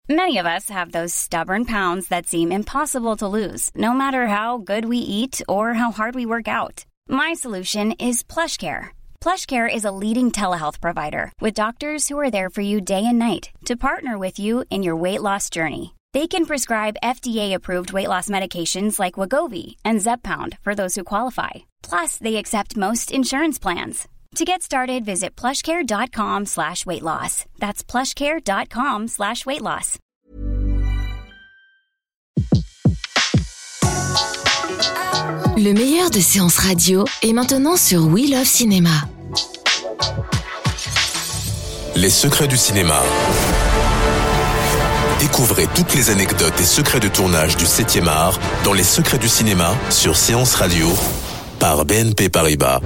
Many of us have those stubborn pounds that seem impossible to lose, no matter how good we eat or how hard we work out. My solution is PlushCare. PlushCare is a leading telehealth provider with doctors who are there for you day and night to partner with you in your weight loss journey. They can prescribe FDA-approved weight loss medications like Wegovy and Zepbound for those who qualify. Plus, they accept most insurance plans. To get started, visit plushcare.com/weightloss. That's plushcare.com/weightloss. Le meilleur de séances radio est maintenant sur We Love Cinéma. Les secrets du cinéma. Découvrez toutes les anecdotes et secrets de tournage du 7e art dans Les secrets du cinéma sur Séance Radio par BNP Paribas.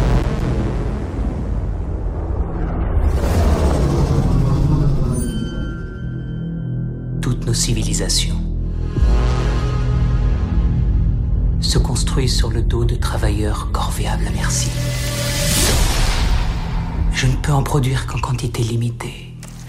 Toutes nos civilisations se construisent sur le dos de travailleurs corvéables à merci. Je ne peux en produire qu'en quantité limitée.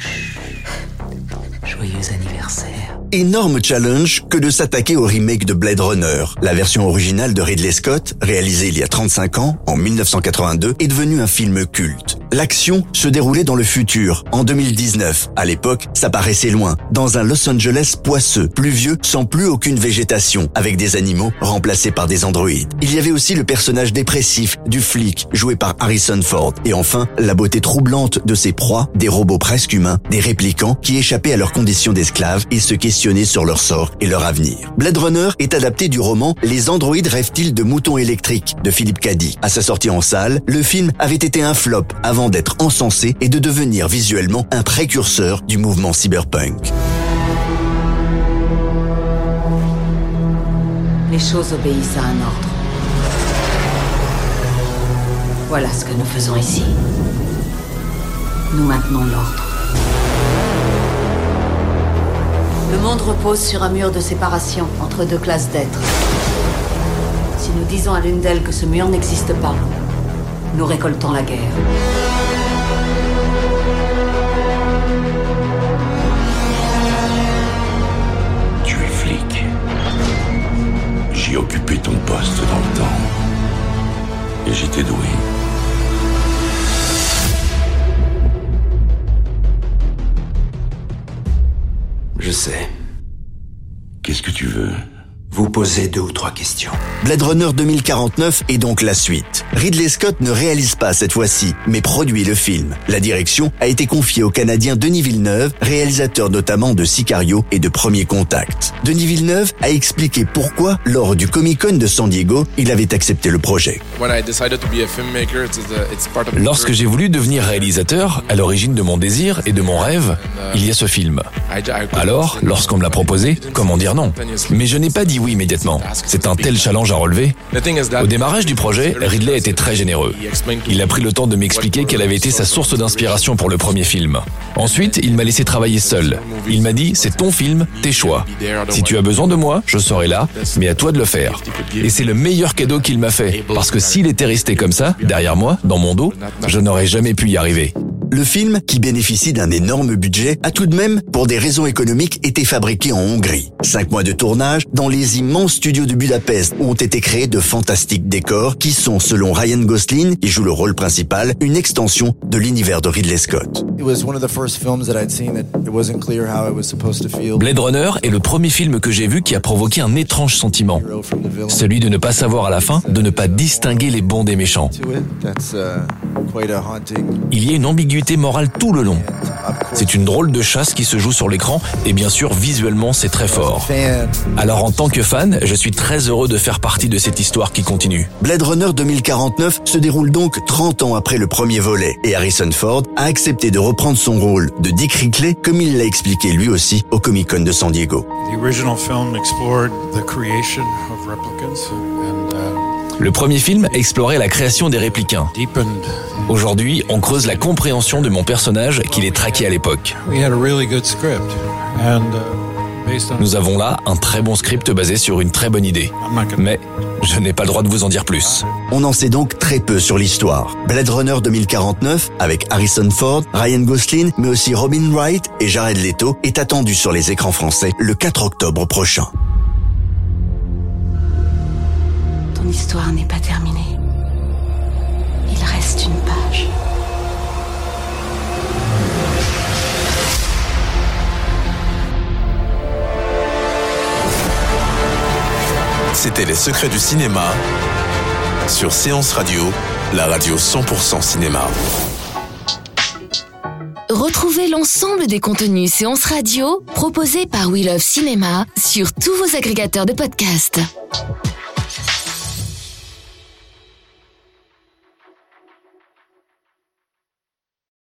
Joyeux anniversaire. Énorme challenge que de s'attaquer au remake de Blade Runner. La version originale de Ridley Scott, réalisée il y a 35 ans, en 1982, est devenue un film culte. L'action se déroulait dans le futur, en 2019. À l'époque, ça paraissait loin, dans un Los Angeles poisseux, pluvieux, sans plus aucune végétation, avec des animaux remplacés par des androïdes. Il y avait aussi le personnage dépressif du flic, joué par Harrison Ford. Et enfin, la beauté troublante de ses proies, des robots presque humains, des réplicants qui échappaient à leurs conditions d'esclaves et se questionnaient sur leur sort et leur avenir. Blade Runner est adapté du roman Les androïdes rêvent-ils de moutons électriques de Philip K. Dick. À sa sortie en salle, le film avait été un flop avant d'être encensé et de devenir visuellement un précurseur du mouvement cyberpunk. Les choses obéissent à un ordre. Voilà ce que nous faisons ici. Nous maintenons l'ordre. Le monde repose sur un mur de séparation entre deux classes d'êtres. Si nous disons à l'une d'elles que ce mur n'existe pas, nous récoltons la guerre. Tu es flic. J'ai occupé ton poste dans le temps. Et j'étais doué. Je sais. Qu'est-ce que tu veux ? Vous posez 2 ou 3 questions. Blade Runner 2049 est donc la suite. Ridley Scott ne réalise pas cette fois-ci, mais produit le film. La direction a été confiée au Canadien Denis Villeneuve, réalisateur notamment de Sicario et de Premier Contact. Denis Villeneuve a expliqué pourquoi, lors du Comic-Con de San Diego, il avait accepté le projet. Lorsque j'ai voulu devenir réalisateur, à l'origine de mon désir et de mon rêve, il y a ce film. Alors, lorsqu'on me l'a proposé, comment dire non ? Mais je n'ai pas dit oui immédiatement. C'est un tel challenge à relever. Au démarrage du projet, Ridley était très généreux. Il a pris le temps de m'expliquer quelle avait été sa source d'inspiration pour le premier film. Ensuite, il m'a laissé travailler seul. Il m'a dit, c'est ton film, tes choix. Si tu as besoin de moi, je serai là, mais à toi de le faire. Et c'est le meilleur cadeau qu'il m'a fait, parce que s'il était resté comme ça, derrière moi, dans mon dos, je n'aurais jamais pu y arriver. Le film, qui bénéficie d'un énorme budget, a tout de même, pour des raisons économiques, été fabriqué en Hongrie. 5 mois de tournage dans les immenses studios de Budapest où ont été créés de fantastiques décors qui sont, selon Ryan Gosling, qui joue le rôle principal, une extension de l'univers de Ridley Scott. Blade Runner est le premier film que j'ai vu qui a provoqué un étrange sentiment. Celui de ne pas savoir à la fin, de ne pas distinguer les bons des méchants. Il y a une ambiguïté morale tout le long. C'est une drôle de chasse qui se joue sur l'écran et bien sûr visuellement c'est très fort. Alors en tant que fan, je suis très heureux de faire partie de cette histoire qui continue. Blade Runner 2049 se déroule donc 30 ans après le premier volet et Harrison Ford a accepté de reprendre son rôle de Dick Ridley comme il l'a expliqué lui aussi au Comic-Con de San Diego. Le premier film explorait la création des réplicains. Aujourd'hui, on creuse la compréhension de mon personnage qu'il est traqué à l'époque. Nous avons là un très bon script basé sur une très bonne idée. Mais je n'ai pas le droit de vous en dire plus. On en sait donc très peu sur l'histoire. Blade Runner 2049, avec Harrison Ford, Ryan Gosling, mais aussi Robin Wright et Jared Leto, est attendu sur les écrans français le 4 octobre prochain. Ton histoire n'est pas terminée. Il reste une page. C'était Les Secrets du cinéma sur Séance Radio, la radio 100% cinéma. Retrouvez l'ensemble des contenus Séance Radio proposés par We Love Cinéma sur tous vos agrégateurs de podcasts.